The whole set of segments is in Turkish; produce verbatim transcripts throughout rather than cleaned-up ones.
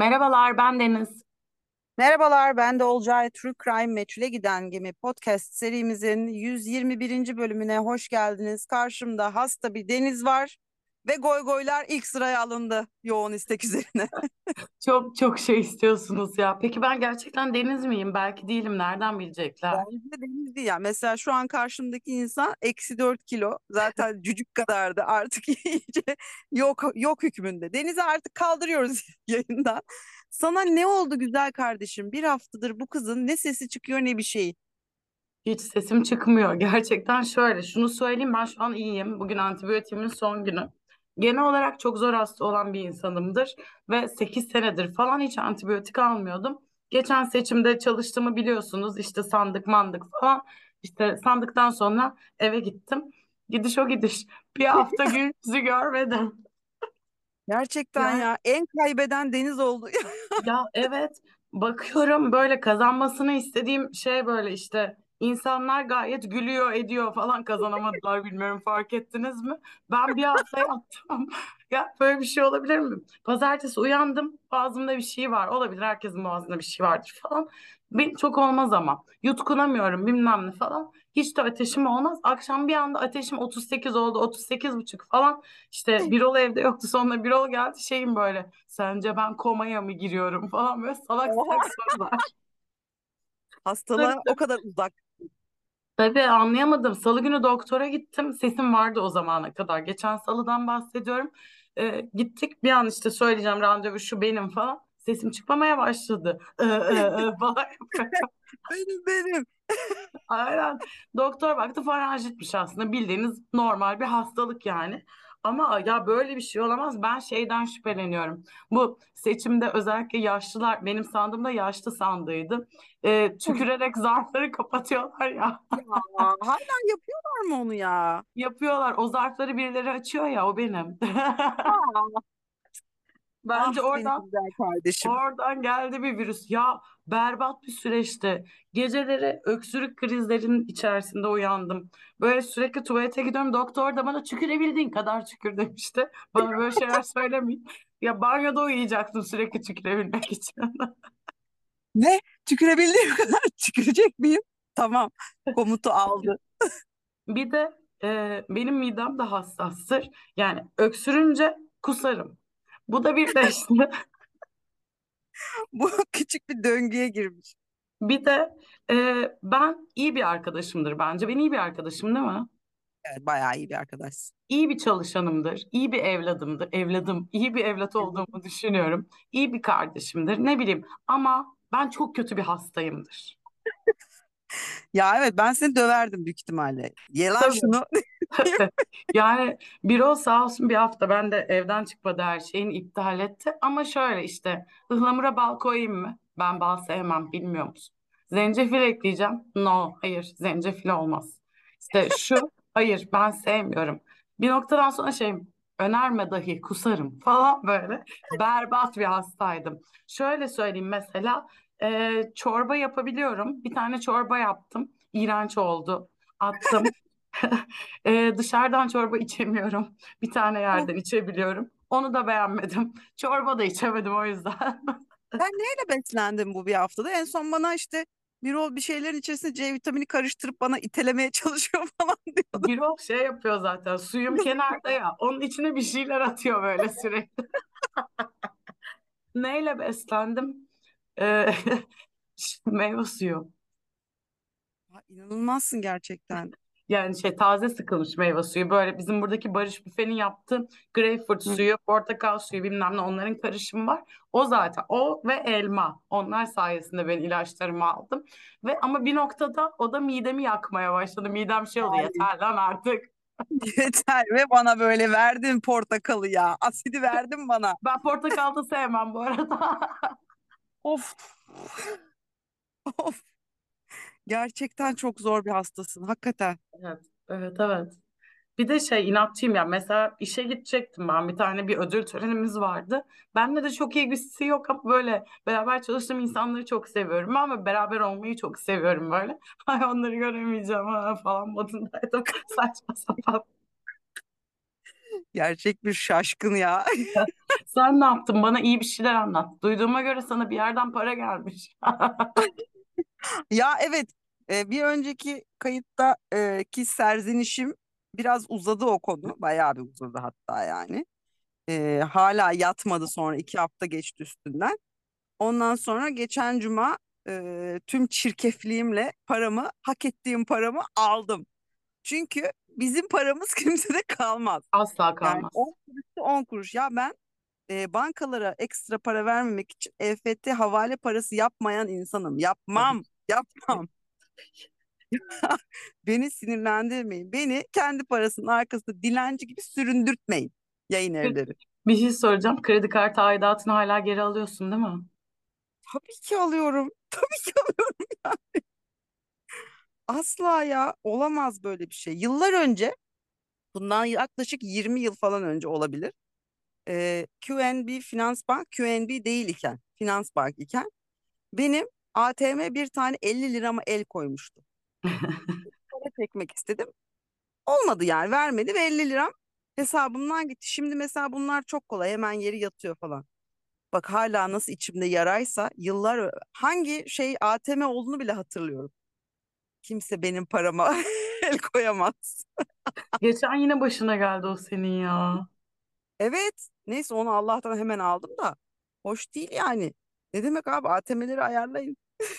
Merhabalar, ben Deniz. Merhabalar, ben de Olcay. True Crime Meçhule Giden Gemi podcast serimizin yüz yirmi birinci bölümüne hoş geldiniz. Karşımda hasta bir Deniz var ve goygoylar ilk sıraya alındı yoğun istek üzerine. Çok çok şey istiyorsunuz ya. Peki ben gerçekten Deniz miyim? Belki değilim. Nereden bilecekler? Bence de Deniz değil. Yani mesela şu an karşımdaki insan eksi dört kilo. Zaten cücük kadardı. Artık iyice yok yok hükmünde. Deniz'i artık kaldırıyoruz yayından. Sana ne oldu güzel kardeşim? Bir haftadır bu kızın ne sesi çıkıyor ne bir şey. Hiç sesim çıkmıyor. Gerçekten şöyle. Şunu söyleyeyim, ben şu an iyiyim. Bugün antibiyotiğimin son günü. Genel olarak çok zor hasta olan bir insanımdır. Ve sekiz senedir falan hiç antibiyotik almıyordum. Geçen seçimde çalıştığımı biliyorsunuz. İşte sandık mandık falan. İşte sandıktan sonra eve gittim. Gidiş o gidiş. Bir hafta gün yüzü görmedim. Gerçekten Yani ya en kaybeden Deniz oldu. Ya evet, bakıyorum böyle kazanmasını istediğim şey böyle işte insanlar gayet gülüyor ediyor falan, kazanamadılar, bilmiyorum fark ettiniz mi? Ben bir hafta yattım. Ya böyle bir şey olabilir mi? Pazartesi uyandım, boğazımda bir şey var, olabilir, herkesin boğazında bir şey vardır falan. Benim çok olmaz ama yutkunamıyorum bilmem ne falan. Hiç de ateşim olmaz. Akşam bir anda ateşim otuz sekiz oldu, otuz sekiz buçuk falan. İşte Birol evde yoktu, sonra Birol geldi, şeyim böyle, sence ben komaya mı giriyorum falan, böyle salak salak Oha. sorular. Tabii, Hastalığa o tabii. kadar uzak. Tabii anlayamadım. Salı günü doktora gittim. Sesim vardı o zamana kadar. Geçen salıdan bahsediyorum. Ee, gittik bir an, işte söyleyeceğim randevu şu benim falan. Sesim çıkmamaya başladı. Ee, e, e, falan. Benim benim. Aynen. Doktor baktı, faranjitmiş aslında, bildiğiniz normal bir hastalık yani. Ama ya böyle bir şey olamaz. Ben şeyden şüpheleniyorum. Bu seçimde özellikle yaşlılar, benim sandığımda yaşlı sandığıydı. Ee, tükürerek zarfları kapatıyorlar ya. Ya hala yapıyorlar mı onu ya? Yapıyorlar. O zarfları birileri açıyor ya, o benim. Aa, ah Bence benim oradan güzel kardeşim. Oradan geldi bir virüs. Ya berbat bir süreçti. Geceleri öksürük krizlerinin içerisinde uyandım. Böyle sürekli tuvalete gidiyorum. Doktor da bana tükürebildiğin kadar tükür demişti. Bana böyle şeyler söylemeyin. Ya banyoda uyuyacaktım sürekli tükürebilmek için. Ne? Tükürebildiğim kadar tükürecek miyim? Tamam. Komutu aldı. Bir de e, benim midem de hassastır. Yani öksürünce kusarım. Bu da birleşti. Bu küçük bir döngüye girmiş. Bir de e, ben iyi bir arkadaşımdır bence. Ben iyi bir arkadaşım değil mi? Evet, bayağı iyi bir arkadaş. İyi bir çalışanımdır, iyi bir evladımdır, evladım, iyi bir evlat olduğumu düşünüyorum. İyi bir kardeşimdir, ne bileyim. Ama ben çok kötü bir hastayımdır. Ya evet ben seni döverdim büyük ihtimalle. Ye lan Tabii. şunu. Yani bir o sağ olsun, bir hafta ben de evden çıkmadı, her şeyini iptal etti. Ama şöyle işte, ıhlamura bal koyayım mı? Ben bal sevmem, bilmiyor musun? Zencefil ekleyeceğim. No, hayır, zencefil olmaz. İşte şu, hayır, ben sevmiyorum. Bir noktadan sonra şey, önerme dahi, kusarım falan böyle. Berbat bir hastaydım. Şöyle söyleyeyim, mesela e, çorba yapabiliyorum. Bir tane çorba yaptım. İğrenç oldu. Attım. Ee, dışarıdan çorba içemiyorum. Bir tane yerden içebiliyorum. Onu da beğenmedim. Çorba da içemedim o yüzden. Sen neyle beslendin bu bir haftada? En son bana işte bir ol bir şeylerin içerisine C vitamini karıştırıp bana itelemeye çalışıyor falan diyordu. Bir o şey yapıyor zaten. Suyum kenarda ya. Onun içine bir şeyler atıyor böyle sürekli. Neyle beslendim? Ee, meyve suyu. Ya, inanılmazsın gerçekten. Yani şey, taze sıkılmış meyve suyu. Böyle bizim buradaki Barış Büfe'nin yaptığı greyfurt Hı. suyu, portakal suyu, bilmem ne, onların karışımı var. O zaten, o ve elma. Onlar sayesinde ben ilaçlarımı aldım. Ve ama bir noktada o da midemi yakmaya başladı. Midem şey oldu, Ay, yeter lan artık. yeter ve bana böyle verdin portakalı ya. Asidi verdin bana. Ben portakal da sevmem bu arada. Of. Of. Gerçekten çok zor bir hastasın. Hakikaten. Evet, evet, evet. Bir de şey, inatçıyım ya. Mesela işe gidecektim ben. Bir tane bir ödül törenimiz vardı. Bende de çok ilgisi yok ama böyle beraber çalıştığım insanları çok seviyorum. Ama beraber olmayı çok seviyorum böyle. Ay, onları göremeyeceğim ha falan modundaydım. Saçma sapan. Gerçek bir şaşkın ya. Sen ne yaptın? Bana iyi bir şeyler anlat. Duyduğuma göre sana bir yerden para gelmiş. Ya evet, e, bir önceki kayıtta e, ki serzenişim biraz uzadı o konu. Bayağı bir uzadı hatta yani. E, hala yatmadı, sonra iki hafta geçti üstünden. Ondan sonra geçen cuma e, tüm çirkefliğimle paramı, hak ettiğim paramı aldım. Çünkü bizim paramız kimsede kalmaz. Asla Yani kalmaz. on kuruş on kuruş. Ya ben e, bankalara ekstra para vermemek için E F T havale parası yapmayan insanım. Tabii Yapmam, ki. yapmam. Beni sinirlendirmeyin. Beni kendi parasının arkasında dilenci gibi süründürtmeyin, yayın Bir, evleri. bir şey soracağım. Kredi kartı aidatını hala geri alıyorsun değil mi? Tabii ki alıyorum. Tabii ki alıyorum. Asla ya, olamaz böyle bir şey. Yıllar önce, bundan yaklaşık yirmi yıl falan önce olabilir. Ee, Q N B Finans Bank Q N B değil iken, Finans Bank iken benim A T M bir tane elli lirama el koymuştu. Para çekmek istedim. Olmadı yani, vermedi ve elli liram hesabımdan gitti. Şimdi mesela bunlar çok kolay, hemen yeri yatıyor falan. Bak hala nasıl içimde yaraysa, yıllar ö- hangi şey A T M olduğunu bile hatırlıyorum. Kimse benim parama el koyamaz. Geçen yine başına geldi o senin ya. Evet. Neyse, onu Allah'tan hemen aldım da. Hoş değil yani. Ne demek abi, A T M'leri ayarlayın.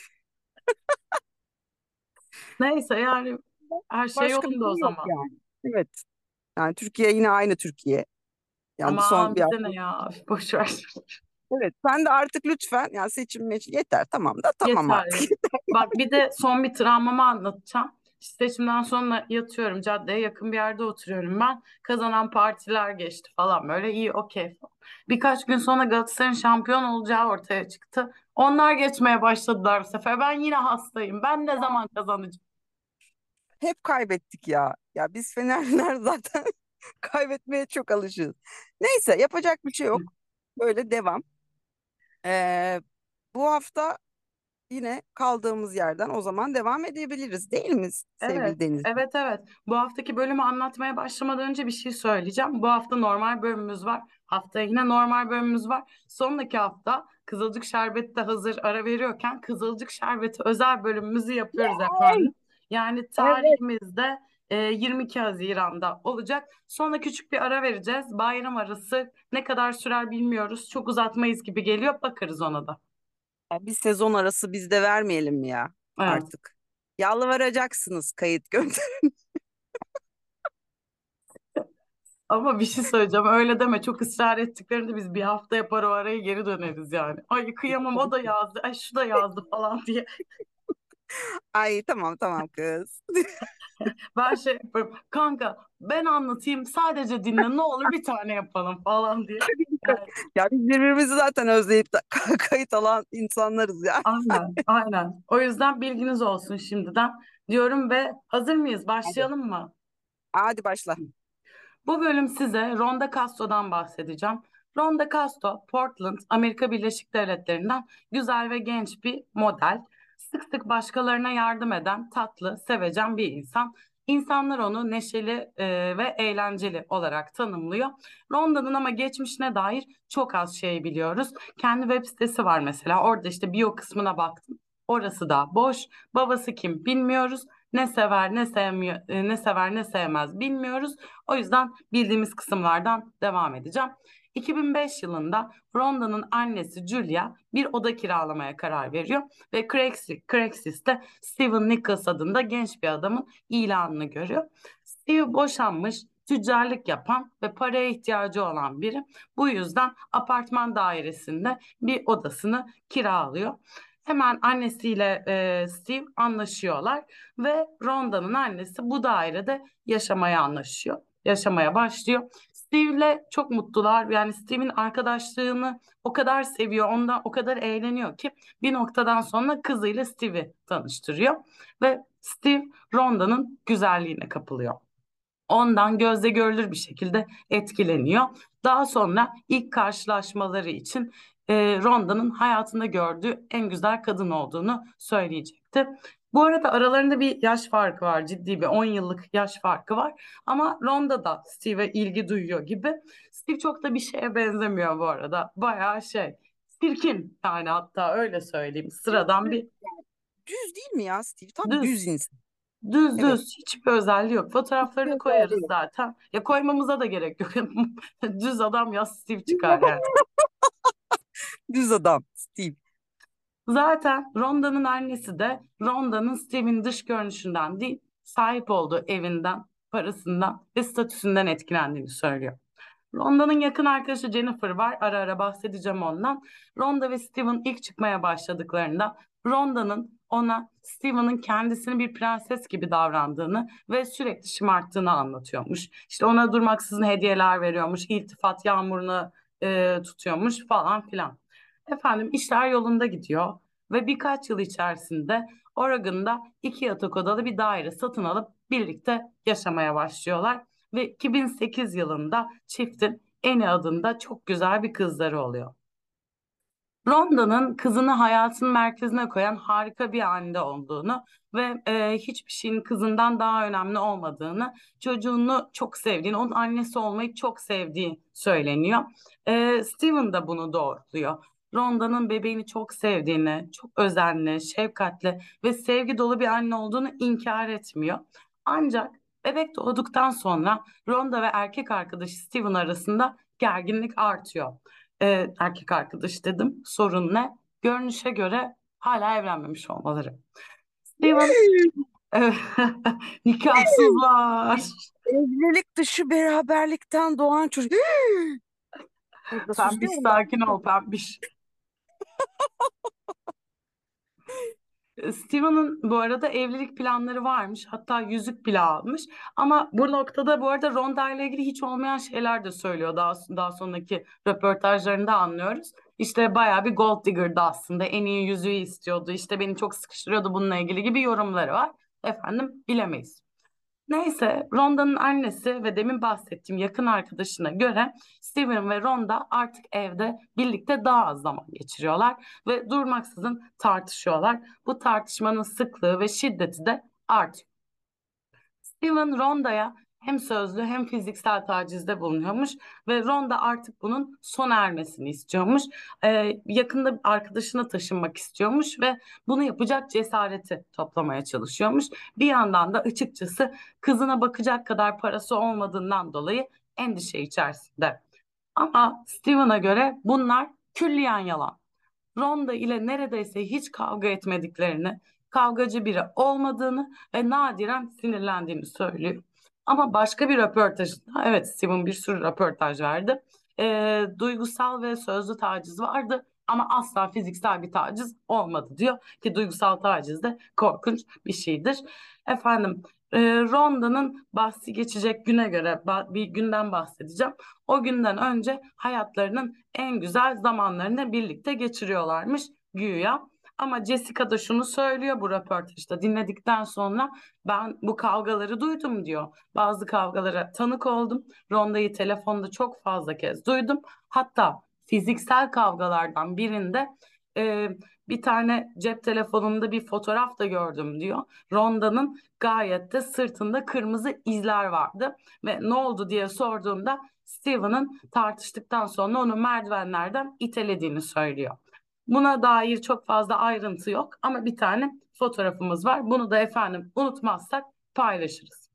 Neyse yani her şey Başka bir yolunda o şey yok zaman. yani. Evet. Yani Türkiye yine aynı Türkiye. Yani son Aman bir bize hafta. ne ya? Boş ver. Evet. Sen de artık lütfen, yani seçim meçim yeter, tamam da tamam Yeter artık. ya. Bak bir de son bir travmamı anlatacağım. İşte seçimden sonra yatıyorum caddeye yakın bir yerde oturuyorum ben. Kazanan partiler geçti falan böyle iyi okey falan. Birkaç gün sonra Galatasaray'ın şampiyon olacağı ortaya çıktı. Onlar geçmeye başladılar bu sefer. Ben yine hastayım. Ben ne zaman kazanacağım? Hep kaybettik ya. Ya biz Fenerliler zaten kaybetmeye çok alışığız. Neyse, yapacak bir şey yok. Böyle devam. Ee, Bu hafta yine kaldığımız yerden o zaman devam edebiliriz, değil mi Evet, sevgili Deniz? evet, evet. Bu haftaki bölümü anlatmaya başlamadan önce bir şey söyleyeceğim. Bu hafta normal bölümümüz var. Haftaya yine normal bölümümüz var. Sonraki hafta Kızılcık Şerbeti de hazır ara veriyorken Kızılcık Şerbeti özel bölümümüzü yapıyoruz efendim. Yani Evet. tarihimizde e, yirmi iki Haziran'da olacak. Sonra küçük bir ara vereceğiz. Bayram arası ne kadar sürer bilmiyoruz. Çok uzatmayız gibi geliyor. Bakarız ona da. Ya bir sezon arası biz de vermeyelim mi ya Evet. artık? Yalvaracaksınız kayıt gönder. Ama bir şey söyleyeceğim öyle deme çok ısrar ettiklerinde biz bir hafta yapar o araya geri döneriz yani. Ay kıyamam o da yazdı ay şu da yazdı falan diye. Ay tamam tamam kız. Ben şey yaparım kanka ben anlatayım sadece dinle ne olur bir tane yapalım falan diye. Yani, Ya biz birbirimizi zaten özleyip de kayıt alan insanlarız ya. aynen aynen o yüzden bilginiz olsun şimdiden diyorum ve hazır mıyız Hadi. başlayalım mı? Hadi başla. Bu bölüm size Ronda Casto'dan bahsedeceğim. Ronda Casto, Portland, Amerika Birleşik Devletleri'nden güzel ve genç bir model. Sık sık başkalarına yardım eden, tatlı, sevecen bir insan. İnsanlar onu neşeli e, ve eğlenceli olarak tanımlıyor. Ronda'nın ama geçmişine dair çok az şey biliyoruz. Kendi web sitesi var mesela. Orada işte bio kısmına baktım. Orası da boş. Babası kim bilmiyoruz. Ne sever ne sevmiyor, e, ne sever ne sevmez bilmiyoruz. O yüzden bildiğimiz kısımlardan devam edeceğim. iki bin beş yılında Ronda'nın annesi Julia bir oda kiralamaya karar veriyor ve Craigslist, Craigslist'te Steven Nichols adında genç bir adamın ilanını görüyor. Steve boşanmış, tüccarlık yapan ve paraya ihtiyacı olan biri. Bu yüzden apartman dairesinde bir odasını kiralıyor. Hemen annesiyle e, Steve anlaşıyorlar ve Ronda'nın annesi bu dairede yaşamaya anlaşıyor, yaşamaya başlıyor. Steve'le çok mutlular. Yani Steve'in arkadaşlığını o kadar seviyor, ondan o kadar eğleniyor ki bir noktadan sonra kızıyla Steve'i tanıştırıyor ve Steve Ronda'nın güzelliğine kapılıyor. Ondan gözle görülür bir şekilde etkileniyor. Daha sonra ilk karşılaşmaları için e, Ronda'nın hayatında gördüğü en güzel kadın olduğunu söyleyecekti. Bu arada aralarında bir yaş farkı var. Ciddi bir on yıllık yaş farkı var. Ama Ronda da Steve'e ilgi duyuyor gibi. Steve çok da bir şeye benzemiyor bu arada. Bayağı şey, çirkin yani, hatta öyle söyleyeyim. Sıradan bir Düz değil mi ya Steve? Tam düz düz. insan. Düz Evet. düz, hiçbir özelliği yok. Hiçbir Fotoğraflarını koyarız özelliği yok. zaten. Ya koymamıza da gerek yok. Düz adam ya Steve Düz çıkar adam. yani. Düz adam Steve. Zaten Ronda'nın annesi de Ronda'nın Steve'in dış görünüşünden değil, sahip olduğu evinden, parasından ve statüsünden etkilendiğini söylüyor. Ronda'nın yakın arkadaşı Jennifer var. Ara ara bahsedeceğim ondan. Rhonda ve Steven ilk çıkmaya başladıklarında Ronda'nın ona Steven'ın kendisini bir prenses gibi davrandığını ve sürekli şımarttığını anlatıyormuş. İşte ona durmaksızın hediyeler veriyormuş, iltifat yağmurunu e, tutuyormuş falan filan. Efendim işler yolunda gidiyor ve birkaç yıl içerisinde Oregon'da iki yatak odalı bir daire satın alıp birlikte yaşamaya başlıyorlar ve iki bin sekiz yılında çiftin Annie adında çok güzel bir kızları oluyor. Ronda'nın kızını hayatın merkezine koyan harika bir anne olduğunu ve e, hiçbir şeyin kızından daha önemli olmadığını, çocuğunu çok sevdiğini, onun annesi olmayı çok sevdiği söyleniyor. E, Steven de bunu doğruluyor. Ronda'nın bebeğini çok sevdiğini, çok özenli, şefkatli ve sevgi dolu bir anne olduğunu inkar etmiyor. Ancak bebek doğduktan sonra Rhonda ve erkek arkadaşı Steven arasında gerginlik artıyor. Ee, erkek arkadaş dedim. Sorun ne? Görünüşe göre hala evlenmemiş olmaları. Steven evet, nikahsızlar. Evlilik dışı beraberlikten doğan çocuk. Burada Pembiş susuyorum sakin ben. ol pembiş. Steven'ın bu arada evlilik planları varmış. Hatta yüzük bile almış. Ama bu noktada bu arada Ronda ile ilgili hiç olmayan şeyler de söylüyor. Daha, daha sonraki röportajlarında anlıyoruz. İşte bayağı bir gold digger'dı aslında. En iyi yüzüğü istiyordu. İşte beni çok sıkıştırıyordu bununla ilgili gibi yorumları var. Efendim bilemeyiz. Neyse, Ronda'nın annesi ve demin bahsettiğim yakın arkadaşına göre Steven ve Ronda artık evde birlikte daha az zaman geçiriyorlar ve durmaksızın tartışıyorlar. Bu tartışmanın sıklığı ve şiddeti de artıyor. Steven Ronda'ya hem sözlü hem fiziksel tacizde bulunuyormuş ve Ronda artık bunun sona ermesini istiyormuş. Ee, yakında arkadaşına taşınmak istiyormuş ve bunu yapacak cesareti toplamaya çalışıyormuş. Bir yandan da açıkçası kızına bakacak kadar parası olmadığından dolayı endişe içerisinde. Ama Steven'a göre bunlar külliyen yalan. Ronda ile neredeyse hiç kavga etmediklerini, kavgacı biri olmadığını ve nadiren sinirlendiğini söylüyor. Ama başka bir röportajında, evet Steven bir sürü röportaj verdi. E, duygusal ve sözlü taciz vardı ama asla fiziksel bir taciz olmadı diyor ki duygusal taciz de korkunç bir şeydir. Efendim, e, Ronda'nın bahsi geçecek güne göre ba- bir günden bahsedeceğim. O günden önce hayatlarının en güzel zamanlarını birlikte geçiriyorlarmış güya. Ama Jessica da şunu söylüyor bu röportajda dinledikten sonra, ben bu kavgaları duydum diyor. Bazı kavgalara tanık oldum. Ronda'yı telefonda çok fazla kez duydum. Hatta fiziksel kavgalardan birinde e, bir tane cep telefonunda bir fotoğraf da gördüm diyor. Ronda'nın gayet de sırtında kırmızı izler vardı ve ne oldu diye sorduğumda Steven'ın tartıştıktan sonra onu merdivenlerden itelediğini söylüyor. Buna dair çok fazla ayrıntı yok ama bir tane fotoğrafımız var. Bunu da efendim unutmazsak paylaşırız.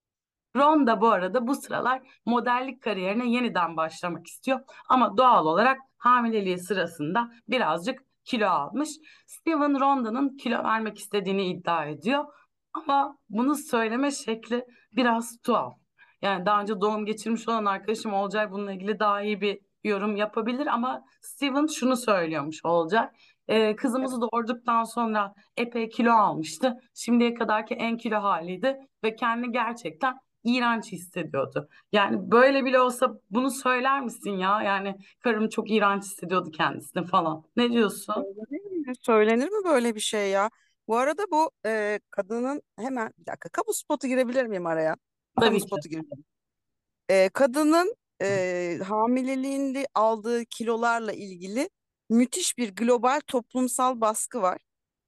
Ron da bu arada bu sıralar modellik kariyerine yeniden başlamak istiyor ama doğal olarak hamileliği sırasında birazcık kilo almış. Steven Ronda'nın kilo vermek istediğini iddia ediyor ama bunu söyleme şekli biraz tuhaf. Yani daha önce doğum geçirmiş olan arkadaşım Olcay bununla ilgili daha iyi bir yorum yapabilir ama Steven şunu söylüyormuş Olcay. Ee, kızımızı doğurduktan sonra epey kilo almıştı. Şimdiye kadarki en kilo haliydi ve kendini gerçekten iğrenç hissediyordu. Yani böyle bile olsa bunu söyler misin ya? Yani karım çok iğrenç hissediyordu kendisini falan. Ne diyorsun? Söylenir mi? Söylenir mi böyle bir şey ya? Bu arada bu e, kadının hemen bir dakika kamu spotu girebilir miyim araya? Kamu Tabii ki. spotu gireceğim. E, kadının e, hamileliğinde aldığı kilolarla ilgili müthiş bir global toplumsal baskı var.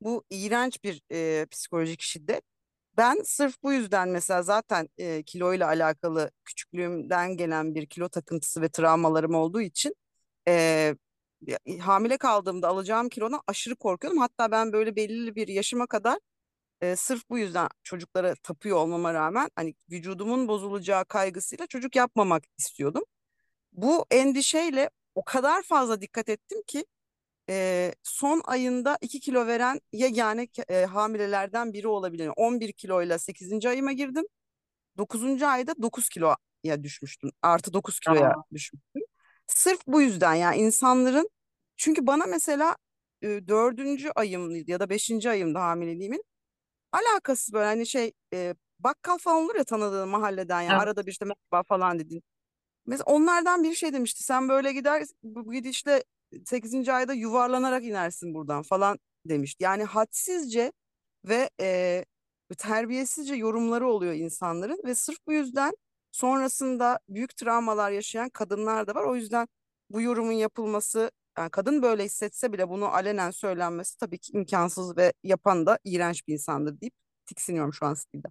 Bu iğrenç bir e, psikolojik şiddet. Ben sırf bu yüzden mesela zaten e, kiloyla alakalı küçüklüğümden gelen bir kilo takıntısı ve travmalarım olduğu için e, ya- hamile kaldığımda alacağım kilodan aşırı korkuyordum. Hatta ben böyle belirli bir yaşıma kadar e, sırf bu yüzden çocuklara tapıyor olmama rağmen hani vücudumun bozulacağı kaygısıyla çocuk yapmamak istiyordum. Bu endişeyle o kadar fazla dikkat ettim ki e, son ayında iki kilo veren yegane e, hamilelerden biri olabilir. on bir kiloyla sekizinci ayıma girdim. dokuzuncu ayda dokuz kiloya düşmüştüm. Artı dokuz kiloya Aa, düşmüştüm. Sırf bu yüzden yani insanların, çünkü bana mesela e, dördüncü ayım ya da beşinci ayımda hamileliğimin alakası böyle hani şey e, bakkal falan olur ya tanıdığın mahalleden, yani evet. arada bir işte merhaba falan dedin. Mesela onlardan bir şey demişti. Sen böyle gider bu bu gidişle sekizinci ayda yuvarlanarak inersin buradan falan demişti. Yani hadsizce ve e, terbiyesizce yorumları oluyor insanların ve sırf bu yüzden sonrasında büyük travmalar yaşayan kadınlar da var. O yüzden bu yorumun yapılması, yani kadın böyle hissetse bile bunu alenen söylenmesi tabii ki imkansız ve yapan da iğrenç bir insandır deyip tiksiniyorum şu an Steve'den.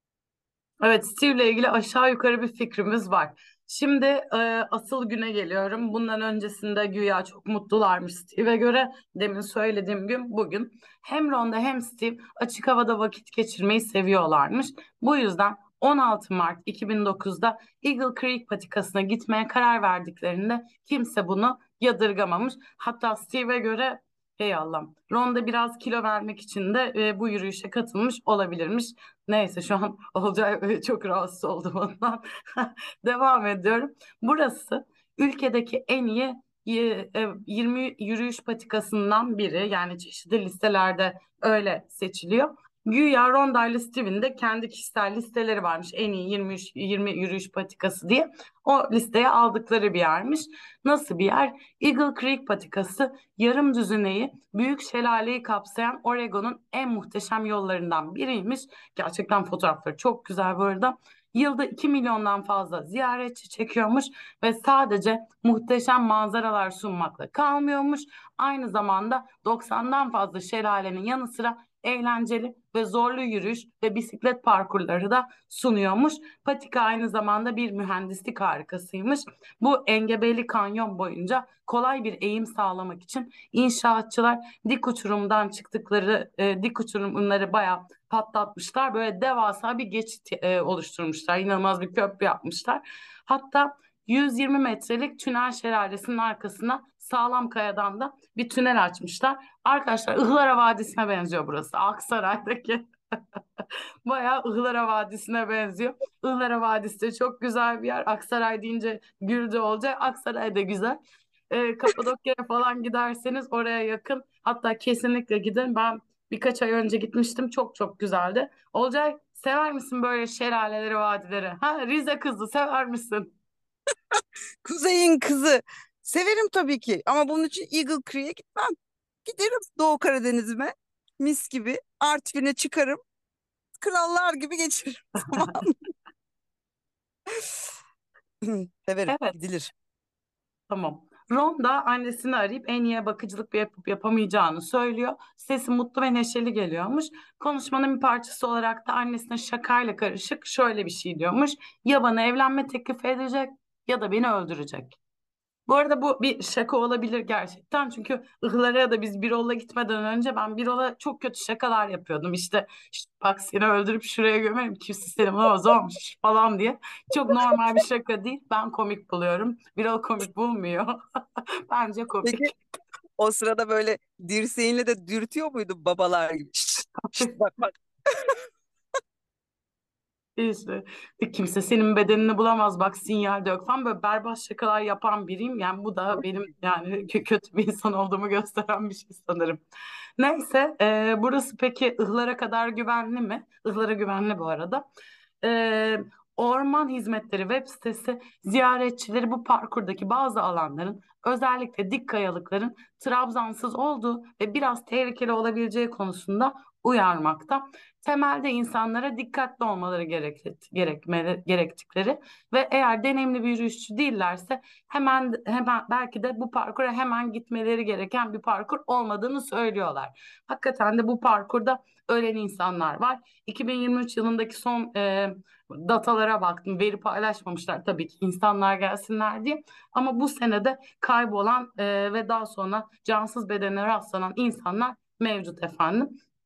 Evet, Steve'le ilgili aşağı yukarı bir fikrimiz var. Şimdi e, asıl güne geliyorum. Bundan öncesinde güya çok mutlularmış Steve'e göre. Demin söylediğim gün bugün. Hem Rhonda hem Steve açık havada vakit geçirmeyi seviyorlarmış. Bu yüzden on altı Mart iki bin dokuzda Eagle Creek patikasına gitmeye karar verdiklerinde kimse bunu yadırgamamış. Hatta Steve'e göre hey Allah'ım, Rhonda biraz kilo vermek için de e, bu yürüyüşe katılmış olabilirmiş. Neyse şu an Olcay çok rahatsız oldum ondan. Devam ediyorum. Burası ülkedeki en iyi y- e, yirmi yürüyüş patikasından biri. Yani çeşitli listelerde öyle seçiliyor. Güya Ronda ile Steve'in de kendi kişisel listeleri varmış. En iyi yirmi, üç yirmi yürüyüş patikası diye. O listeye aldıkları bir yermiş. Nasıl bir yer? Eagle Creek patikası yarım düzineyi, büyük şelaleyi kapsayan Oregon'un en muhteşem yollarından biriymiş. Gerçekten fotoğrafları çok güzel bu arada. Yılda iki milyondan fazla ziyaretçi çekiyormuş ve sadece muhteşem manzaralar sunmakla kalmıyormuş. Aynı zamanda doksandan fazla şelalenin yanı sıra eğlenceli ve zorlu yürüyüş ve bisiklet parkurları da sunuyormuş. Patika aynı zamanda bir mühendislik harikasıymış. Bu engebeli kanyon boyunca kolay bir eğim sağlamak için inşaatçılar dik uçurumdan çıktıkları e, dik uçurumları bayağı patlatmışlar. Böyle devasa bir geçit e, oluşturmuşlar. İnanılmaz bir köprü yapmışlar. Hatta yüz yirmi metrelik tünel şelalesinin arkasına sağlam kayadan da bir tünel açmışlar. Arkadaşlar Ihlara Vadisi'ne benziyor burası. Aksaray'daki bayağı Ihlara Vadisi'ne benziyor. Ihlara Vadisi de çok güzel bir yer. Aksaray deyince güldü olacak. Aksaray da güzel. Ee, Kapadokya'ya falan giderseniz oraya yakın. Hatta kesinlikle gidin. Ben birkaç ay önce gitmiştim. Çok çok güzeldi. Olcay, sever misin böyle şelaleleri, vadileri? Ha, Rize kızı sever misin? Kuzey'in kızı. Severim tabii ki ama bunun için Eagle Creek'e gitmem. Giderim Doğu Karadeniz'ime. Mis gibi. Artvin'e çıkarım. Krallar gibi geçiririm. Tamam. Severim. Evet. Gidilir. Tamam. Ron da annesini arayıp en iyi bakıcılık yapıp yapamayacağını söylüyor. Sesi mutlu ve neşeli geliyormuş. Konuşmanın bir parçası olarak da annesine şakayla karışık şöyle bir şey diyormuş. Ya bana evlenme teklif edecek ya da beni öldürecek. Bu arada bu bir şaka olabilir gerçekten. Çünkü ıhlara da biz Birol'la gitmeden önce ben Birol'a çok kötü şakalar yapıyordum. İşte, işte bak seni öldürüp şuraya gömerim kimse seni bulamaz olmuş falan diye. Çok normal bir şaka değil. Ben komik buluyorum. Birol komik bulmuyor. Bence Peki komik. o sırada böyle dirseğinle de dürtüyor muydu babalar gibi? Şşt, şşt, bak bak. İşte kimse senin bedenini bulamaz bak sinyal de yok falan böyle berbat şakalar yapan biriyim. Yani bu da benim yani kö- kötü bir insan olduğumu gösteren bir şey sanırım. Neyse e, burası peki ıhlara kadar güvenli mi? Ihlara güvenli bu arada. E, Orman Hizmetleri web sitesi ziyaretçileri bu parkurdaki bazı alanların özellikle dik kayalıkların trabzansız olduğu ve biraz tehlikeli olabileceği konusunda uyarmakta. Temelde insanlara dikkatli olmaları gerek, gerekmeli, gerektikleri ve eğer deneyimli bir yürüyüşçü değillerse hemen hemen belki de bu parkura hemen gitmeleri gereken bir parkur olmadığını söylüyorlar. Hakikaten de bu parkurda ölen insanlar var. iki bin yirmi üç yılındaki son e, datalara baktım. Veri paylaşmamışlar tabii ki insanlar gelsinler diye. Ama bu senede kaybolan e, ve daha sonra cansız bedene rastlanan insanlar mevcut efendim.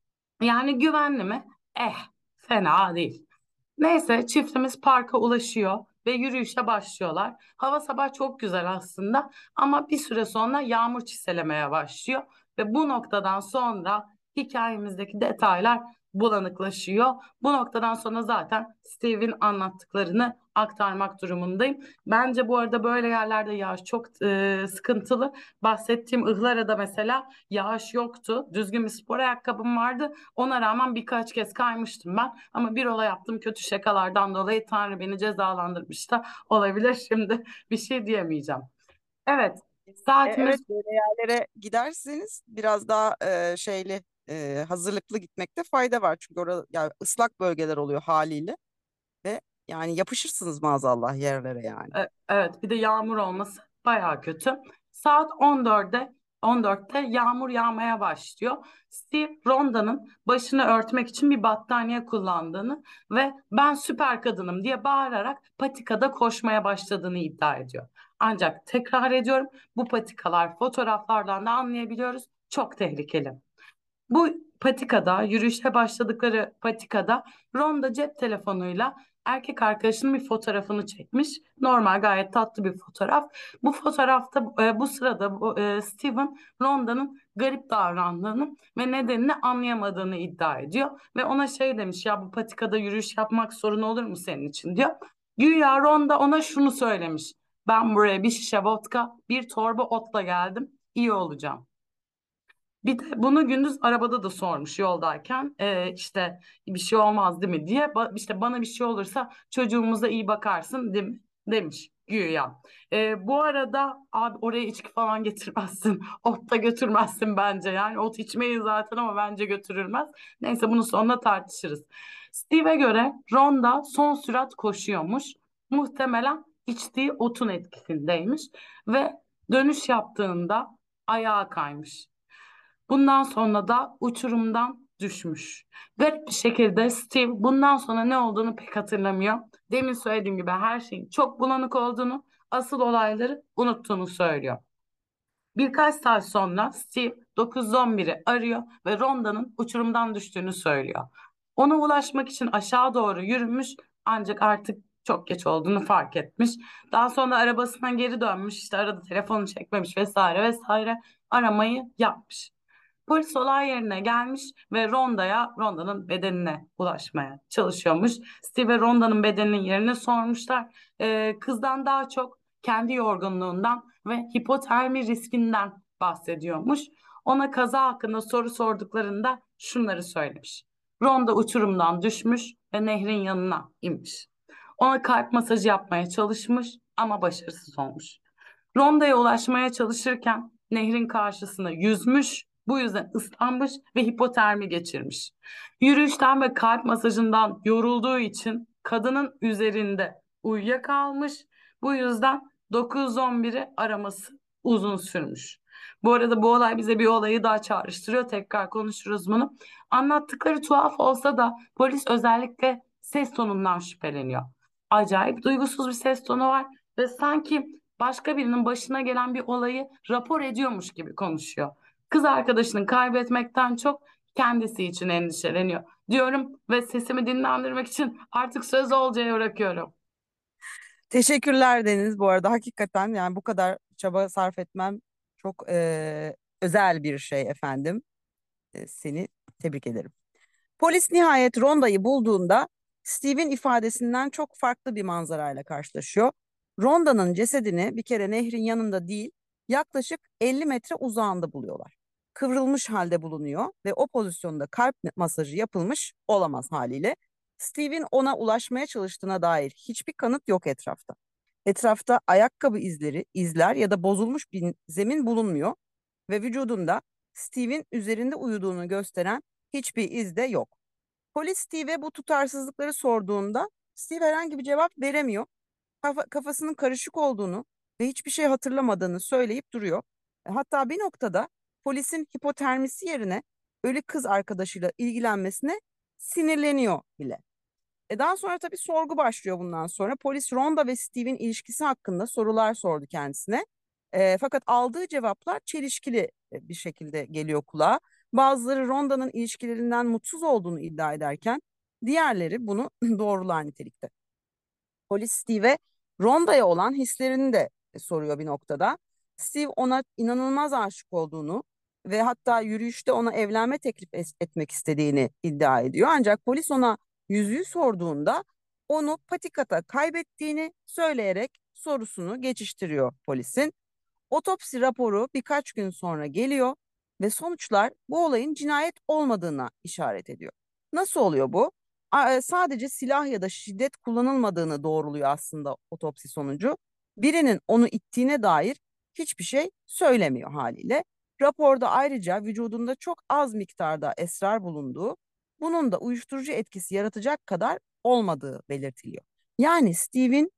Yani güvenli mi? Eh, fena değil. Neyse çiftimiz parka ulaşıyor ve yürüyüşe başlıyorlar. Hava sabah çok güzel aslında ama bir süre sonra yağmur çiselemeye başlıyor ve bu noktadan sonra hikayemizdeki detaylar bulanıklaşıyor. Bu noktadan sonra zaten Steve'in anlattıklarını aktarmak durumundayım. Bence bu arada böyle yerlerde yağış çok e, sıkıntılı. Bahsettiğim Ihlara'da mesela yağış yoktu. Düzgün bir spor ayakkabım vardı. Ona rağmen birkaç kez kaymıştım ben. Ama bir olay yaptım kötü şakalardan dolayı Tanrı beni cezalandırmış da olabilir. Şimdi bir şey diyemeyeceğim. Evet, E, saatimiz evet, böyle yerlere giderseniz biraz daha e, şeyli e, hazırlıklı gitmekte fayda var. Çünkü orada yani ıslak bölgeler oluyor haliyle ve yani yapışırsınız maazallah yerlere yani. E, evet, bir de yağmur olması bayağı kötü. Saat on dörde on dörtte yağmur yağmaya başlıyor. Steve Ronda'nın başını örtmek için bir battaniye kullandığını ve ben süper kadınım diye bağırarak patikada koşmaya başladığını iddia ediyor. Ancak tekrar ediyorum, bu patikalar fotoğraflardan da anlayabiliyoruz, çok tehlikeli. Bu patikada, yürüyüşe başladıkları patikada Ronda cep telefonuyla erkek arkadaşının bir fotoğrafını çekmiş. Normal gayet tatlı bir fotoğraf. Bu fotoğrafta e, bu sırada bu, e, Steven Ronda'nın garip davrandığını ve nedenini anlayamadığını iddia ediyor. Ve ona şey demiş, ya bu patikada yürüyüş yapmak sorun olur mu senin için diyor. Güya Ronda ona şunu söylemiş. Ben buraya bir şişe vodka, bir torba otla geldim. İyi olacağım. Bir de bunu gündüz arabada da sormuş yoldayken, Ee, işte bir şey olmaz değil mi diye. Ba- işte bana bir şey olursa çocuğumuza iyi bakarsın değil mi demiş güya. Ee, bu arada abi oraya içki falan getirmezsin. Ot da götürmezsin bence, yani ot içmeyi zaten ama bence götürülmez. Neyse bunu sonra tartışırız. Steve'e göre Ronda son sürat koşuyormuş. Muhtemelen içtiği otun etkisindeymiş ve dönüş yaptığında ayağa kaymış. Bundan sonra da uçurumdan düşmüş. Garip bir şekilde Steve bundan sonra ne olduğunu pek hatırlamıyor. Demin söylediğim gibi her şeyin çok bulanık olduğunu, asıl olayları unuttuğunu söylüyor. Birkaç saat sonra Steve dokuz yüz on biri arıyor ve Ronda'nın uçurumdan düştüğünü söylüyor. Ona ulaşmak için aşağı doğru yürümüş ancak artık çok geç olduğunu fark etmiş. Daha sonra arabasına geri dönmüş, işte arada telefonu çekmemiş vesaire vesaire, aramayı yapmış. Polis olay yerine gelmiş ve Ronda'ya, Ronda'nın bedenine ulaşmaya çalışıyormuş. Steve Ronda'nın bedeninin yerini sormuşlar. Ee, kızdan daha çok kendi yorgunluğundan ve hipotermi riskinden bahsediyormuş. Ona kaza hakkında soru sorduklarında şunları söylemiş. Ronda uçurumdan düşmüş ve nehrin yanına inmiş. Ona kalp masajı yapmaya çalışmış ama başarısız olmuş. Ronda'ya ulaşmaya çalışırken nehrin karşısına yüzmüş, bu yüzden ıslanmış ve hipotermi geçirmiş. Yürüyüşten ve kalp masajından yorulduğu için kadının üzerinde uyuyakalmış. Bu yüzden dokuz yüz on biri araması uzun sürmüş. Bu arada bu olay bize bir olayı daha çağrıştırıyor. Tekrar konuşuruz bunu. Anlattıkları tuhaf olsa da polis özellikle ses tonundan şüpheleniyor. Acayip duygusuz bir ses tonu var ve sanki başka birinin başına gelen bir olayı rapor ediyormuş gibi konuşuyor. Kız arkadaşını kaybetmekten çok kendisi için endişeleniyor diyorum ve sesimi dinlendirmek için artık sözü Olcay'a bırakıyorum. Teşekkürler Deniz, bu arada hakikaten yani bu kadar çaba sarf etmem çok e, özel bir şey efendim. E, seni tebrik ederim. Polis nihayet Ronda'yı bulduğunda Steve'in ifadesinden çok farklı bir manzarayla karşılaşıyor. Ronda'nın cesedini bir kere nehrin yanında değil, yaklaşık elli metre uzağında buluyorlar. Kıvrılmış halde bulunuyor ve o pozisyonda kalp masajı yapılmış olamaz haliyle. Steve'in ona ulaşmaya çalıştığına dair hiçbir kanıt yok etrafta. Etrafta ayakkabı izleri, izler ya da bozulmuş bir zemin bulunmuyor ve vücudunda Steve'in üzerinde uyuduğunu gösteren Hiçbir iz de yok. Polis Steve'e bu tutarsızlıkları sorduğunda Steve herhangi bir cevap veremiyor. Kafa- kafasının karışık olduğunu ve hiçbir şey hatırlamadığını söyleyip duruyor. E, Hatta bir noktada polisin hipotermisi yerine ölü kız arkadaşıyla ilgilenmesine sinirleniyor bile. E daha sonra tabii sorgu başlıyor bundan sonra. Polis Rhonda ve Steve'in ilişkisi hakkında sorular sordu kendisine. E, fakat aldığı cevaplar çelişkili e, bir şekilde geliyor kulağa. Bazıları Rhonda'nın ilişkilerinden mutsuz olduğunu iddia ederken diğerleri bunu doğrular nitelikte. Polis Steve'e Ronda'ya olan hislerini de soruyor bir noktada. Steve ona inanılmaz aşık olduğunu ve hatta yürüyüşte ona evlenme teklif es- etmek istediğini iddia ediyor. Ancak polis ona yüzüğü sorduğunda onu patikata kaybettiğini söyleyerek sorusunu geçiştiriyor polisin. Otopsi raporu birkaç gün sonra geliyor ve sonuçlar bu olayın cinayet olmadığına işaret ediyor. Nasıl oluyor bu? A- e, Sadece silah ya da şiddet kullanılmadığını doğruluyor aslında otopsi sonucu. Birinin onu ittiğine dair hiçbir şey söylemiyor haliyle. Raporda ayrıca vücudunda çok az miktarda esrar bulunduğu, bunun da uyuşturucu etkisi yaratacak kadar olmadığı belirtiliyor. Yani Steve'in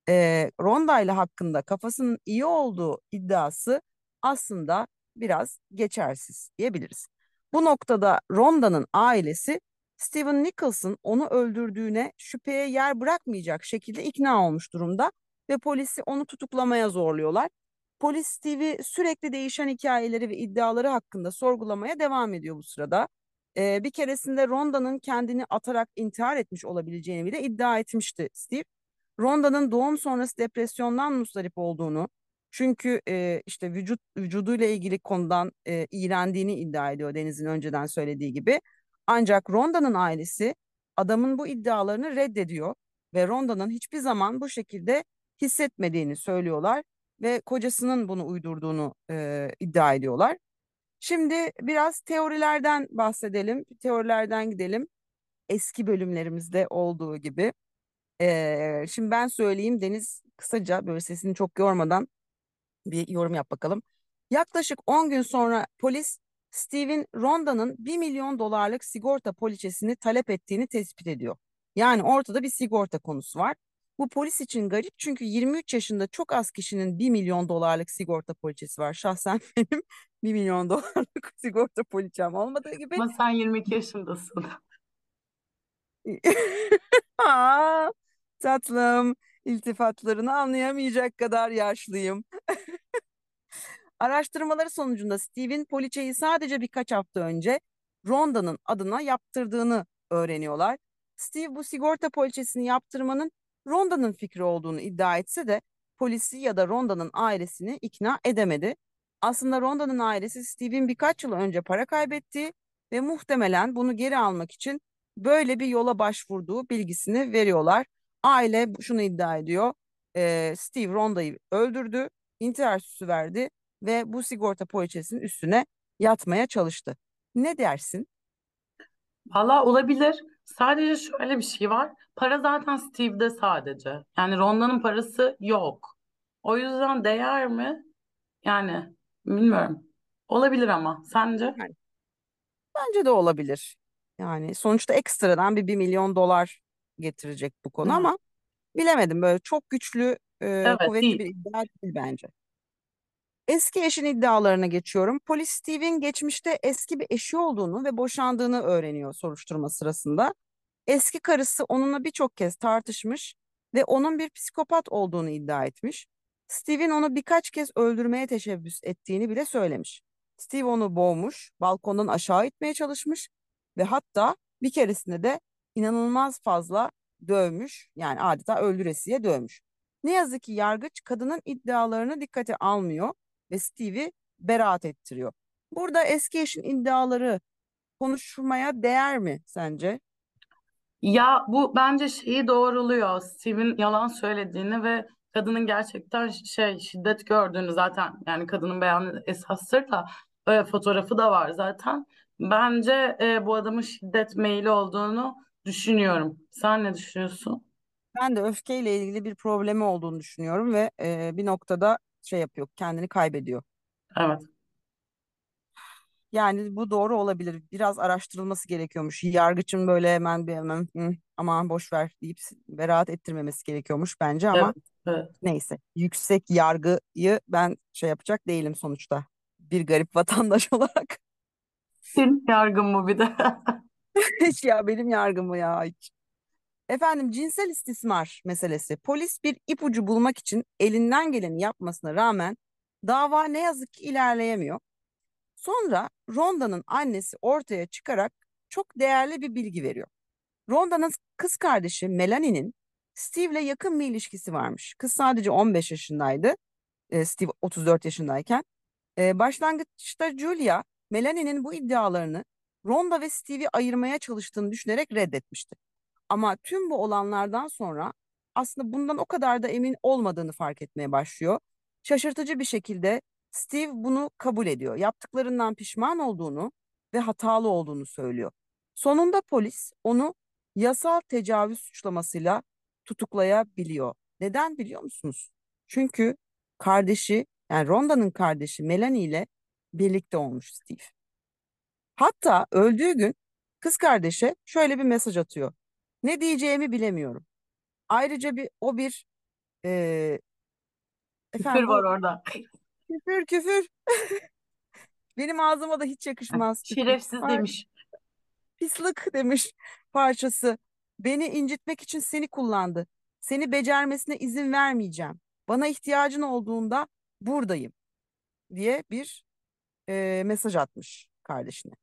e, Ronda ile hakkında kafasının iyi olduğu iddiası aslında biraz geçersiz diyebiliriz. Bu noktada Ronda'nın ailesi Steven Nicholson onu öldürdüğüne şüpheye yer bırakmayacak şekilde ikna olmuş durumda ve polisi onu tutuklamaya zorluyorlar. Polis Steve'i sürekli değişen hikayeleri ve iddiaları hakkında sorgulamaya devam ediyor bu sırada. Ee, bir keresinde Ronda'nın kendini atarak intihar etmiş olabileceğini bile iddia etmişti Steve. Ronda'nın doğum sonrası depresyondan muzdarip olduğunu, çünkü e, işte vücut vücuduyla ilgili konudan e, iğrendiğini iddia ediyor Deniz'in önceden söylediği gibi. Ancak Ronda'nın ailesi adamın bu iddialarını reddediyor ve Ronda'nın hiçbir zaman bu şekilde hissetmediğini söylüyorlar ve kocasının bunu uydurduğunu e, iddia ediyorlar. Şimdi biraz teorilerden bahsedelim, teorilerden gidelim. Eski bölümlerimizde olduğu gibi. Ee, şimdi ben söyleyeyim, Deniz kısaca böyle sesini çok yormadan bir yorum yap bakalım. Yaklaşık on gün sonra polis Steve'in Ronda'nın bir milyon dolarlık sigorta poliçesini talep ettiğini tespit ediyor. Yani ortada bir sigorta konusu var. Bu polis için garip çünkü yirmi üç yaşında çok az kişinin bir milyon dolarlık sigorta poliçesi var. Şahsen benim bir milyon dolarlık sigorta poliçem olmadığı gibi. Ama sen yirmi iki yaşındasın. Aa, tatlım, iltifatlarını anlayamayacak kadar yaşlıyım. Araştırmaları sonucunda Steve'in poliçeyi sadece birkaç hafta önce Ronda'nın adına yaptırdığını öğreniyorlar. Steve bu sigorta poliçesini yaptırmanın Ronda'nın fikri olduğunu iddia etse de polisi ya da Ronda'nın ailesini ikna edemedi. Aslında Ronda'nın ailesi Steve'in birkaç yıl önce para kaybettiği ve muhtemelen bunu geri almak için böyle bir yola başvurduğu bilgisini veriyorlar. Aile şunu iddia ediyor: eee, Steve Ronda'yı öldürdü, intihar süsü verdi ve bu sigorta poliçesinin üstüne yatmaya çalıştı. Ne dersin? Valla olabilir. Sadece şöyle bir şey var. Para zaten Steve'de sadece. Yani Ronda'nın parası yok. O yüzden değer mi? Yani bilmiyorum. Olabilir ama. Sence? Yani bence de olabilir. Yani sonuçta ekstradan bir bir milyon dolar getirecek bu konu Evet. ama bilemedim, böyle çok güçlü, e, Evet, kuvvetli değil. bir iddia değil bence. Eski eşin iddialarına geçiyorum. Polis Steve'in geçmişte eski bir eşi olduğunu ve boşandığını öğreniyor soruşturma sırasında. Eski karısı onunla birçok kez tartışmış ve onun bir psikopat olduğunu iddia etmiş. Steve'in onu birkaç kez öldürmeye teşebbüs ettiğini bile söylemiş. Steve onu boğmuş, balkondan aşağı itmeye çalışmış ve hatta bir keresinde de inanılmaz fazla dövmüş. Yani adeta öldüresiye dövmüş. Ne yazık ki yargıç kadının iddialarını dikkate almıyor ve Steve'i beraat ettiriyor. Burada eski eşin iddiaları konuşmaya değer mi sence? Ya bu bence şeyi doğruluyor. Steve'in yalan söylediğini ve kadının gerçekten şey şiddet gördüğünü zaten, yani kadının beyanı esastır da e, fotoğrafı da var zaten. Bence e, bu adamın şiddet meyili olduğunu düşünüyorum. Sen ne düşünüyorsun? Ben de öfkeyle ilgili bir problemi olduğunu düşünüyorum ve e, bir noktada şey yapıyor, kendini kaybediyor. Evet. Yani bu doğru olabilir. Biraz araştırılması gerekiyormuş. Yargıçın böyle hemen bir hemen "Hı, aman boş ver" deyip beraat ettirmemesi gerekiyormuş bence Evet, ama evet. neyse. Yüksek yargıyı ben şey yapacak değilim sonuçta. Bir garip vatandaş olarak. Senin yargın mı bir de? Hiç ya benim yargım mı ya hiç. Efendim cinsel istismar meselesi. Polis bir ipucu bulmak için elinden geleni yapmasına rağmen dava ne yazık ki ilerleyemiyor. Sonra Ronda'nın annesi ortaya çıkarak çok değerli bir bilgi veriyor. Ronda'nın kız kardeşi Melanie'nin Steve'le yakın bir ilişkisi varmış. Kız sadece on beş yaşındaydı, e, Steve otuz dört yaşındayken. E, başlangıçta Julia, Melanie'nin bu iddialarını Rhonda ve Steve'i ayırmaya çalıştığını düşünerek reddetmişti. Ama tüm bu olanlardan sonra aslında bundan o kadar da emin olmadığını fark etmeye başlıyor. Şaşırtıcı bir şekilde Steve bunu kabul ediyor. Yaptıklarından pişman olduğunu ve hatalı olduğunu söylüyor. Sonunda polis onu yasal tecavüz suçlamasıyla tutuklayabiliyor. Neden biliyor musunuz? Çünkü kardeşi, yani Rhonda'nın kardeşi Melanie ile birlikte olmuş Steve. Hatta öldüğü gün kız kardeşe şöyle bir mesaj atıyor. Ne diyeceğimi bilemiyorum. Ayrıca bir o bir e, Küfür efendim var bu orada. küfür küfür benim ağzıma da hiç yakışmaz küfür. Şerefsiz Ay, demiş. pislik demiş parçası. Beni incitmek için seni kullandı. Seni becermesine izin vermeyeceğim. Bana ihtiyacın olduğunda buradayım diye bir e, mesaj atmış kardeşine.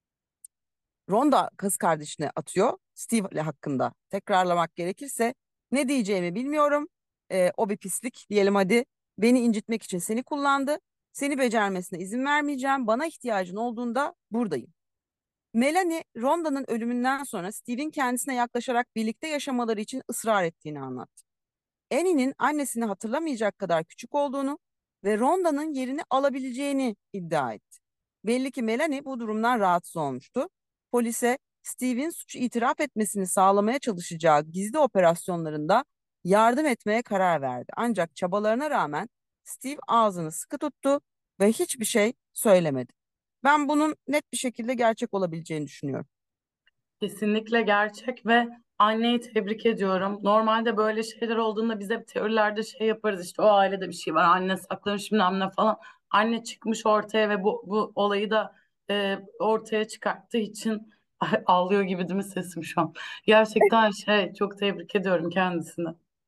Ronda kız kardeşine atıyor Steve ile hakkında. Tekrarlamak gerekirse ne diyeceğimi bilmiyorum. Ee, o bir pislik diyelim hadi. Beni incitmek için seni kullandı. Seni becermesine izin vermeyeceğim. Bana ihtiyacın olduğunda buradayım. Melanie, Ronda'nın ölümünden sonra Steve'in kendisine yaklaşarak birlikte yaşamaları için ısrar ettiğini anlattı. Annie'nin annesini hatırlamayacak kadar küçük olduğunu ve Ronda'nın yerini alabileceğini iddia etti. Belli ki Melanie bu durumdan rahatsız olmuştu. Polise Steve'in suçu itiraf etmesini sağlamaya çalışacağı gizli operasyonlarında yardım etmeye karar verdi. Ancak çabalarına rağmen Steve ağzını sıkı tuttu ve hiçbir şey söylemedi. Ben bunun net bir şekilde gerçek olabileceğini düşünüyorum. Kesinlikle gerçek ve anneyi tebrik ediyorum. Normalde böyle şeyler olduğunda biz hep teorilerde şey yaparız, işte o ailede bir şey var, anne saklamış bilmem ne falan. Anne çıkmış ortaya ve bu, bu olayı da e, ortaya çıkarttığı için ağlıyor gibi değil mi sesim şu an? Gerçekten şey, çok tebrik ediyorum kendisini.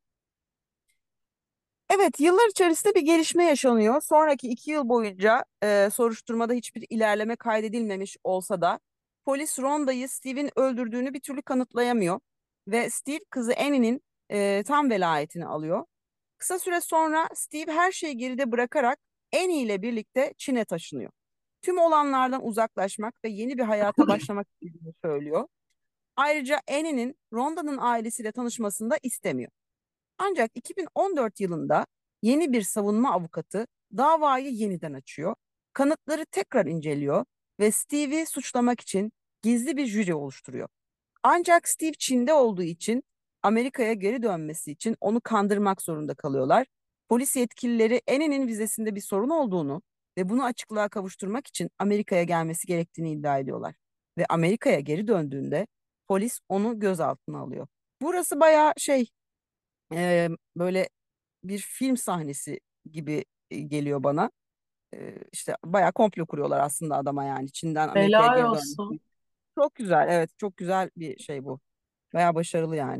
Evet, yıllar içerisinde bir gelişme yaşanıyor. Sonraki iki yıl boyunca e, soruşturmada hiçbir ilerleme kaydedilmemiş olsa da polis Ronda'yı Steve'in öldürdüğünü bir türlü kanıtlayamıyor ve Steve kızı Annie'nin e, tam velayetini alıyor. Kısa süre sonra Steve her şeyi geride bırakarak Annie ile birlikte Çin'e taşınıyor. Tüm olanlardan uzaklaşmak ve yeni bir hayata başlamak istediğini söylüyor. Ayrıca Annie'nin Ronda'nın ailesiyle tanışmasını da istemiyor. Ancak iki bin on dört yılında yeni bir savunma avukatı davayı yeniden açıyor. Kanıtları tekrar inceliyor ve Steve'i suçlamak için gizli bir jüri oluşturuyor. Ancak Steve Çin'de olduğu için Amerika'ya geri dönmesi için onu kandırmak zorunda kalıyorlar. Polis yetkilileri Annie'nin vizesinde bir sorun olduğunu ve bunu açıklığa kavuşturmak için Amerika'ya gelmesi gerektiğini iddia ediyorlar. Ve Amerika'ya geri döndüğünde polis onu gözaltına alıyor. Burası bayağı şey e, böyle bir film sahnesi gibi e, geliyor bana. E, işte bayağı komplo kuruyorlar aslında adama, yani Çin'den Amerika'ya Helal geri olsun. dönmesi. Çok güzel, evet, çok güzel bir şey bu. Bayağı başarılı yani.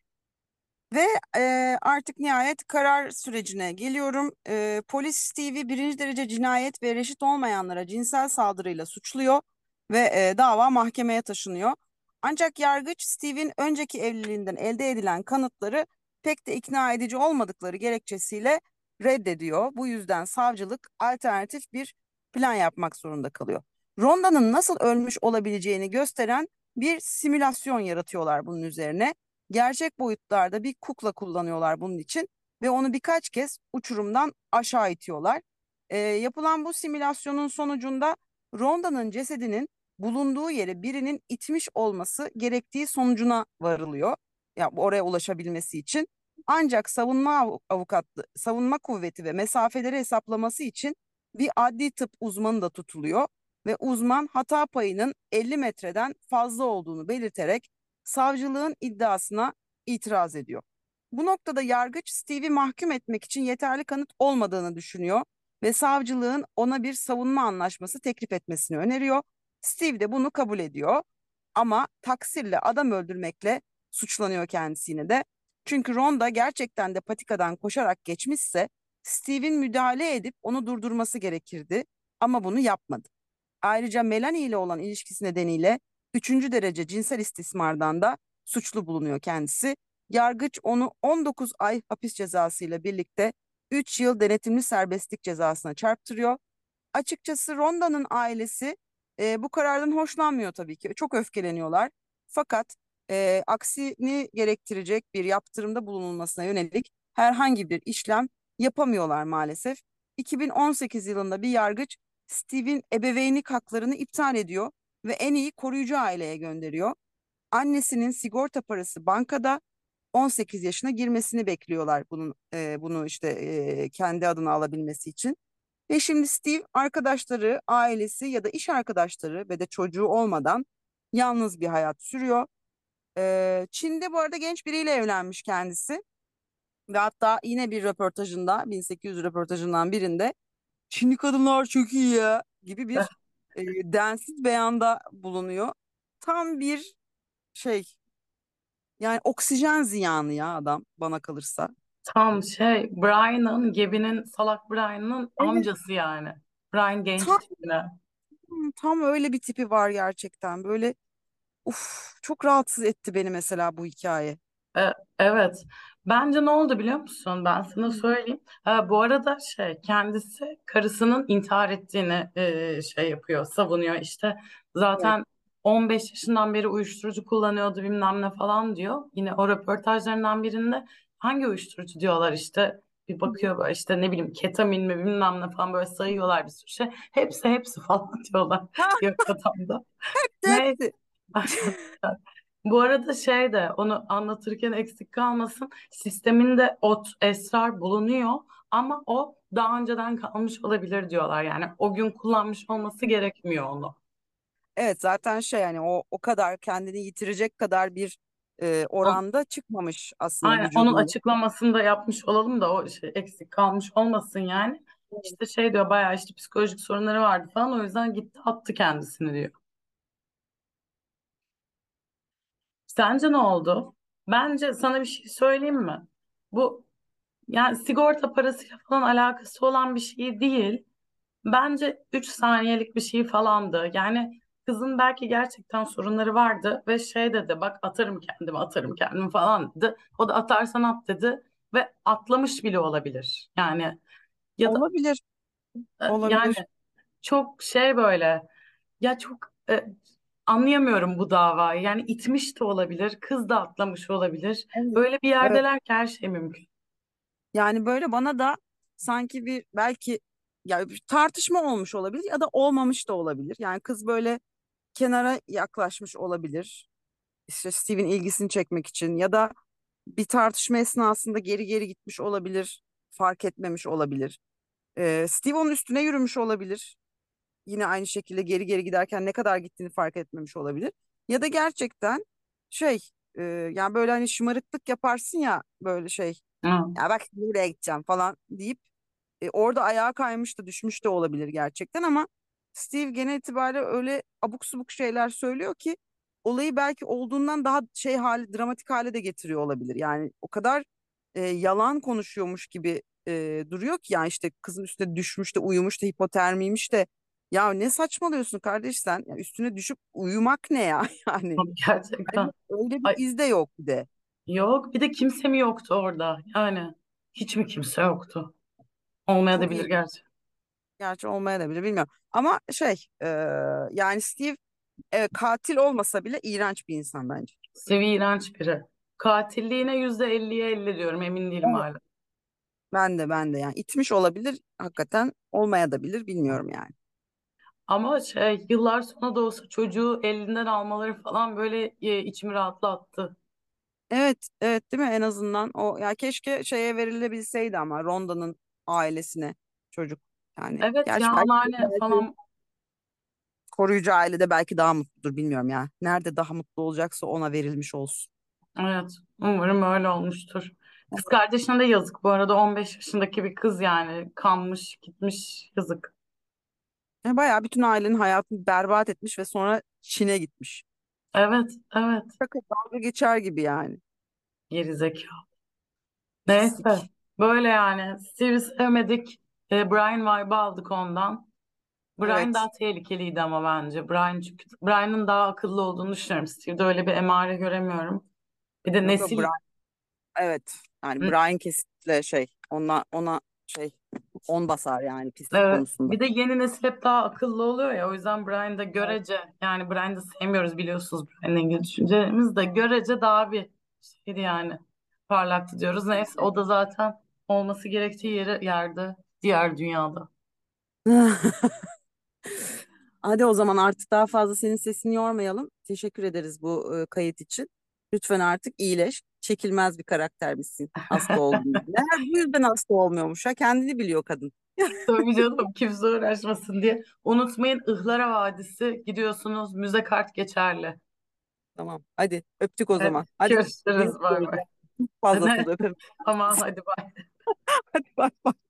Ve e, artık nihayet karar sürecine geliyorum. E, polis Steve'i birinci derece cinayet ve reşit olmayanlara cinsel saldırıyla suçluyor ve e, dava mahkemeye taşınıyor. Ancak yargıç Steve'in önceki evliliğinden elde edilen kanıtları pek de ikna edici olmadıkları gerekçesiyle reddediyor. Bu yüzden savcılık alternatif bir plan yapmak zorunda kalıyor. Ronda'nın nasıl ölmüş olabileceğini gösteren bir simülasyon yaratıyorlar bunun üzerine. Gerçek boyutlarda bir kukla kullanıyorlar bunun için ve onu birkaç kez uçurumdan aşağı itiyorlar. Ee, yapılan bu simülasyonun sonucunda Ronda'nın cesedinin bulunduğu yere birinin itmiş olması gerektiği sonucuna varılıyor. Ya oraya ulaşabilmesi için. Ancak savunma av- avukatlı, savunma kuvveti ve mesafeleri hesaplaması için bir adli tıp uzmanı da tutuluyor ve uzman hata payının elli metreden fazla olduğunu belirterek savcılığın iddiasına itiraz ediyor. Bu noktada yargıç Steve'i mahkum etmek için yeterli kanıt olmadığını düşünüyor ve savcılığın ona bir savunma anlaşması teklif etmesini öneriyor. Steve de bunu kabul ediyor ama taksirle adam öldürmekle suçlanıyor kendisi yine de. Çünkü Ronda gerçekten de patikadan koşarak geçmişse Steve'in müdahale edip onu durdurması gerekirdi ama bunu yapmadı. Ayrıca Melanie ile olan ilişkisi nedeniyle üçüncü derece cinsel istismardan da suçlu bulunuyor kendisi. Yargıç onu on dokuz ay hapis cezası ile birlikte üç yıl denetimli serbestlik cezasına çarptırıyor. Açıkçası Ronda'nın ailesi e, bu karardan hoşlanmıyor tabii ki. Çok öfkeleniyorlar. Fakat e, aksini gerektirecek bir yaptırımda bulunulmasına yönelik herhangi bir işlem yapamıyorlar maalesef. iki bin on sekiz yılında bir yargıç Steve'in ebeveynlik haklarını iptal ediyor ve en iyi koruyucu aileye gönderiyor. Annesinin sigorta parası bankada, on sekiz yaşına girmesini bekliyorlar bunun e, bunu işte e, kendi adına alabilmesi için. Ve şimdi Steve arkadaşları, ailesi ya da iş arkadaşları ve de çocuğu olmadan yalnız bir hayat sürüyor. Ee, Çin'de bu arada genç biriyle evlenmiş kendisi. Ve hatta yine bir röportajında, bin sekiz yüz röportajından birinde Çinli kadınlar çok iyi ya gibi bir e, densiz beyanda bulunuyor. Tam bir şey, yani oksijen ziyanı ya adam bana kalırsa. Tam şey Brian'ın Gaby'nin salak Brian'ın Evet. amcası yani. Brian Tam, gençti yine. tam öyle bir tipi var gerçekten. Böyle uf, çok rahatsız etti beni mesela bu hikaye. E, evet. Bence ne oldu biliyor musun? Ben sana Hı. söyleyeyim. Ha, bu arada şey kendisi karısının intihar ettiğini e, şey yapıyor, savunuyor. İşte Evet. zaten on beş yaşından beri uyuşturucu kullanıyordu bilmem ne falan diyor. Yine o röportajlarından birinde hangi uyuşturucu diyorlar işte bir Hı. bakıyor böyle işte ne bileyim ketamin mi bilmem ne falan böyle sayıyorlar bir sürü şey. Hepsi hepsi falan diyorlar. Ha, Yok adam da. Ne? hepsi. Bu arada şey de onu anlatırken eksik kalmasın. Sisteminde ot, esrar bulunuyor ama o daha önceden kalmış olabilir diyorlar. Yani o gün kullanmış olması gerekmiyor onu. Evet, zaten şey yani o o kadar kendini yitirecek kadar bir e, On- oranda çıkmamış aslında Aynen onun vücudunda. açıklamasını da yapmış olalım da o şey eksik kalmış olmasın yani. İşte şey diyor bayağı işte psikolojik sorunları vardı falan o yüzden gitti attı kendisini diyor. Sence ne oldu? Bence sana bir şey söyleyeyim mi? Bu yani sigorta parasıyla falan alakası olan bir şey değil. Bence üç saniyelik bir şey falandı. Yani kızın belki gerçekten sorunları vardı ve şey dedi bak atarım kendimi atarım kendimi falan dedi. O da atarsan at dedi ve atlamış bile olabilir. Yani ya da Olabilir, e, yani olabilir. çok şey böyle ya çok e, anlayamıyorum bu davayı. Yani itmiş de olabilir, kız da atlamış olabilir. Evet. Öyle bir Evet. yerdeler ki her şey mümkün. Yani böyle bana da sanki bir belki ya bir tartışma olmuş olabilir ya da olmamış da olabilir. Yani kız böyle kenara yaklaşmış olabilir. İşte Steve'in ilgisini çekmek için ya da bir tartışma esnasında geri geri gitmiş olabilir, fark etmemiş olabilir. Ee, Steve onun üstüne yürümüş olabilir. Yine aynı şekilde geri geri giderken ne kadar gittiğini fark etmemiş olabilir. Ya da gerçekten şey e, yani böyle hani şımarıklık yaparsın ya böyle şey Hı. ya bak şimdi buraya gideceğim falan deyip e, orada ayağa kaymış da düşmüş de olabilir gerçekten ama Steve genel itibariyle öyle abuk subuk şeyler söylüyor ki olayı belki olduğundan daha şey hali dramatik hale de getiriyor olabilir. Yani o kadar e, yalan konuşuyormuş gibi e, duruyor ki yani işte kızın üstüne düşmüş de uyumuş da hipotermiymiş de ya ne saçmalıyorsun kardeş sen? Ya üstüne düşüp uyumak ne ya yani? Bence Gerçekten. öyle bir Ay, iz de yok bir de. yok bir de kimse mi yoktu orada? Yani hiç mi kimse yoktu? Çok Olmayabilir iyi. gerçi. Gerçi olmayabilir bilmiyorum. Ama şey e, yani Steve evet, katil olmasa bile iğrenç bir insan bence. Sevi iğrenç biri. Katilliğine yüzde elliye elli diyorum emin değilim Evet. hala. Ben de ben de yani itmiş olabilir hakikaten olmaya da bilir bilmiyorum yani. Ama şey yıllar sonra da olsa çocuğu elinden almaları falan böyle e, içimi rahatlattı. Evet evet değil mi en azından o ya keşke şeye verilebilseydi ama Ronda'nın ailesine çocuk yani Evet ya gerçi belki anneanne verdi. falan koruyucu ailede belki daha mutludur, bilmiyorum ya. Nerede daha mutlu olacaksa ona verilmiş olsun. Evet, umarım öyle olmuştur. Kız kardeşine de yazık bu arada, on beş yaşındaki bir kız yani, kanmış gitmiş, yazık. Yani bayağı bütün ailenin hayatını berbat etmiş ve sonra Çin'e gitmiş. Evet, evet, Şaka, dalga geçer gibi yani. geri zeka. Neyse, Pislik. böyle yani. Steve'i sevmedik. E, Brian vibe aldık ondan. Brian Evet. daha tehlikeliydi ama bence. Brian çünkü Brian'ın daha akıllı olduğunu düşünüyorum. Steve'de öyle bir emare göremiyorum. Bir de Yok yok, nesil. Brian. Evet. Yani Brian kesinlikle şey, ona ona şey, on basar yani pislik Evet. konusunda. Bir de yeni nesil hep daha akıllı oluyor ya. O yüzden Brian'da Evet. görece, yani Brian'da sevmiyoruz biliyorsunuz Brian'la ilgili düşüncelerimiz de, görece daha bir şeydi yani. Parlaktı diyoruz. Neyse, o da zaten olması gerektiği yeri yerde. Diğer dünyada. Hadi o zaman artık daha fazla senin sesini yormayalım. Teşekkür ederiz bu e, kayıt için. Lütfen artık iyileş. Çekilmez bir karakter misin hasta olduğunda. Meğer bu yüzden hasta olmuyormuş ha. Kendini biliyor kadın. Tabii canım, kimse uğraşmasın diye. Unutmayın, Ihlara Vadisi gidiyorsunuz. Müze kart geçerli. Tamam. Hadi öptük o Evet, zaman. Hadi görüşürüz. Bay görüşürüz. bay. Fazlasını Ne? da öperim. Aman hadi bay. Hadi bay bay.